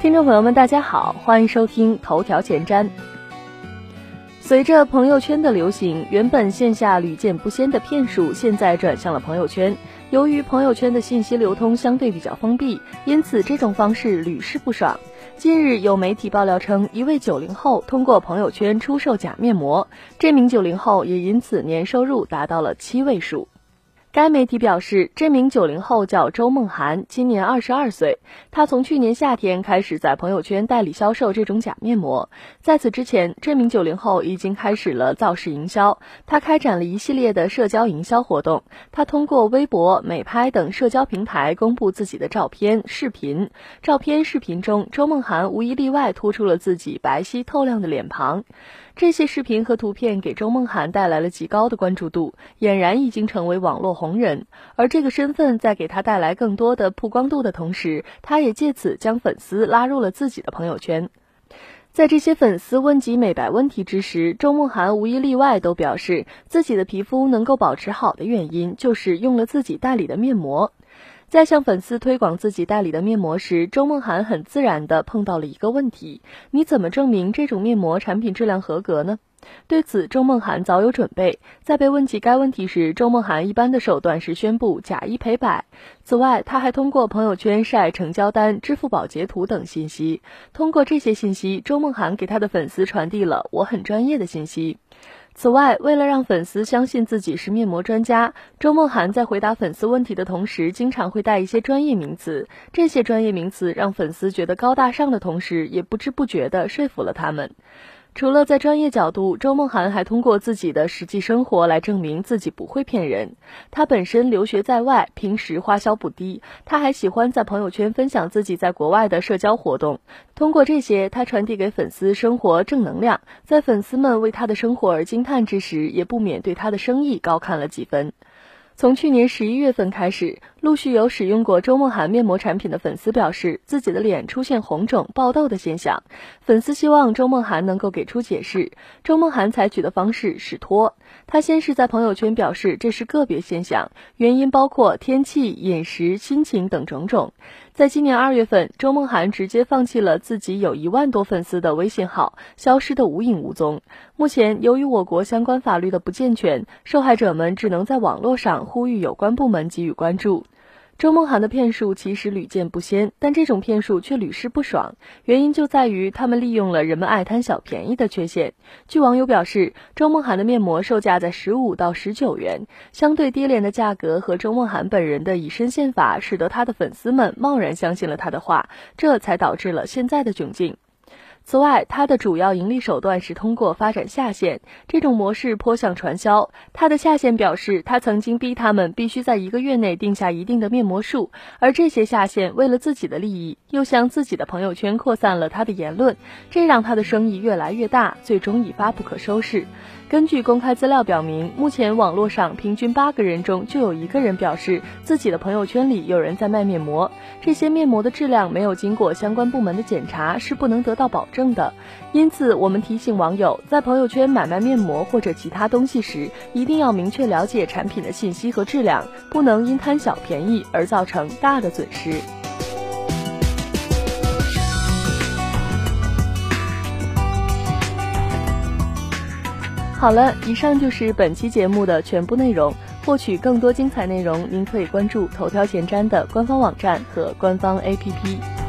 听众朋友们大家好，欢迎收听头条前瞻。随着朋友圈的流行，原本线下屡见不鲜的骗术现在转向了朋友圈。由于朋友圈的信息流通相对比较封闭，因此这种方式屡试不爽。近日有媒体爆料称，一位90后通过朋友圈出售假面膜，这名90后也因此年收入达到了7位数。该媒体表示，这名90后叫周梦涵，今年22岁。他从去年夏天开始在朋友圈代理销售这种假面膜。在此之前，这名90后已经开始了造势营销。他开展了一系列的社交营销活动。他通过微博、美拍等社交平台公布自己的照片、视频。照片、视频中，周梦涵无一例外突出了自己白皙透亮的脸庞。这些视频和图片给周梦涵带来了极高的关注度，俨然已经成为网络红人。而这个身份在给他带来更多的曝光度的同时，他也借此将粉丝拉入了自己的朋友圈。在这些粉丝问及美白问题之时，周梦涵无一例外都表示，自己的皮肤能够保持好的原因就是用了自己代理的面膜。在向粉丝推广自己代理的面膜时，周梦涵很自然地碰到了一个问题：你怎么证明这种面膜产品质量合格呢？对此，周梦涵早有准备。在被问及该问题时，周梦涵一般的手段是宣布假一赔百。此外，他还通过朋友圈晒成交单、支付宝截图等信息。通过这些信息，周梦涵给他的粉丝传递了我很专业的信息。此外，为了让粉丝相信自己是面膜专家，周梦涵在回答粉丝问题的同时，经常会带一些专业名词。这些专业名词让粉丝觉得高大上的同时，也不知不觉地说服了他们。除了在专业角度，周梦涵还通过自己的实际生活来证明自己不会骗人。她本身留学在外，平时花销不低，她还喜欢在朋友圈分享自己在国外的社交活动。通过这些，她传递给粉丝生活正能量，在粉丝们为她的生活而惊叹之时，也不免对她的生意高看了几分。从去年11月份开始，陆续有使用过周梦涵面膜产品的粉丝表示，自己的脸出现红肿、爆痘的现象。粉丝希望周梦涵能够给出解释。周梦涵采取的方式是拖。她先是在朋友圈表示这是个别现象，原因包括天气、饮食、心情等种种。在今年2月份，周梦涵直接放弃了自己有1万多粉丝的微信号，消失得无影无踪。目前，由于我国相关法律的不健全，受害者们只能在网络上呼吁有关部门给予关注。周梦涵的骗术其实屡见不鲜，但这种骗术却屡试不爽，原因就在于他们利用了人们爱贪小便宜的缺陷。据网友表示，周梦涵的面膜售价在15到19元，相对低廉的价格和周梦涵本人的以身献法，使得他的粉丝们贸然相信了他的话，这才导致了现在的窘境。此外，它的主要盈利手段是通过发展下线，这种模式颇像传销。他的下线表示，他曾经逼他们必须在1个月内定下一定的面膜数，而这些下线为了自己的利益，又向自己的朋友圈扩散了他的言论，这让他的生意越来越大，最终一发不可收拾。根据公开资料表明，目前网络上平均8个人中就有1个人表示自己的朋友圈里有人在卖面膜，这些面膜的质量没有经过相关部门的检查是不能得到保证的。因此，我们提醒网友，在朋友圈买卖面膜或者其他东西时，一定要明确了解产品的信息和质量，不能因贪小便宜而造成大的损失。好了，以上就是本期节目的全部内容。获取更多精彩内容，您可以关注头条前瞻的官方网站和官方 APP。